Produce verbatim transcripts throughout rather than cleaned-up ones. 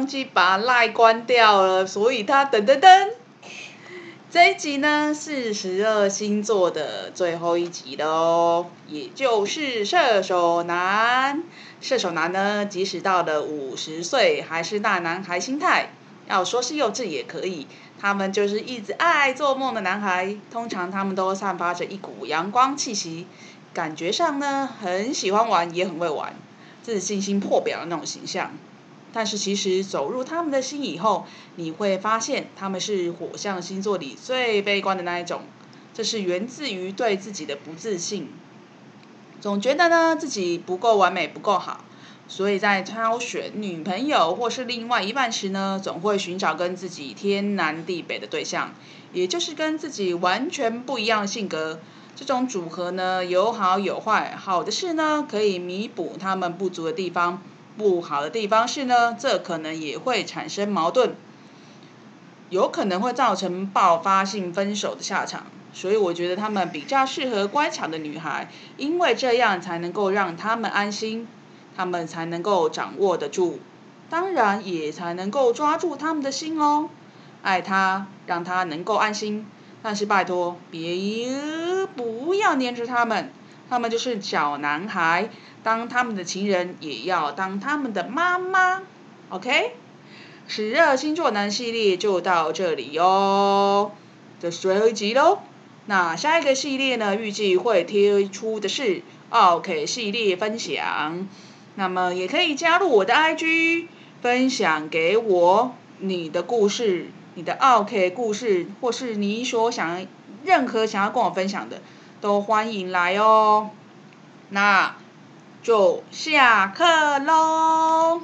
忘记把 LINE 关掉了，所以他噔噔噔。这一集呢是十二星座的最后一集了哦，也就是射手男。射手男呢，即使到了五十岁，还是大男孩心态，要说是幼稚也可以。他们就是一直爱做梦的男孩，通常他们都散发着一股阳光气息，感觉上呢很喜欢玩，也很会玩，自信心破表的那种形象。但是其实走入他们的心以后，你会发现他们是火象星座里最悲观的那一种，这是源自于对自己的不自信，总觉得呢自己不够完美不够好，所以在挑选女朋友或是另外一半时呢，总会寻找跟自己天南地北的对象，也就是跟自己完全不一样的性格。这种组合呢有好有坏，好的是呢可以弥补他们不足的地方，不好的地方是呢，这可能也会产生矛盾，有可能会造成爆发性分手的下场。所以我觉得他们比较适合乖巧的女孩，因为这样才能够让他们安心，他们才能够掌握得住，当然也才能够抓住他们的心哦。爱他，让他能够安心，但是拜托，别不要黏着他们，他们就是小男孩，当他们的情人也要当他们的妈妈 ，OK？ 十二星座男系列就到这里哦，这是最后一集喽。那下一个系列呢，预计会推出的是 OK 系列分享，那么也可以加入我的 I G， 分享给我你的故事，你的 OK 故事，或是你所想任何想要跟我分享的，都欢迎来哦。那就下课喽。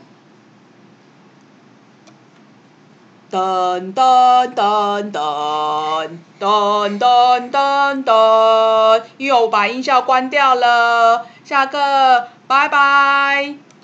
噔噔噔噔噔噔噔噔，又把音效关掉了，下课，拜拜。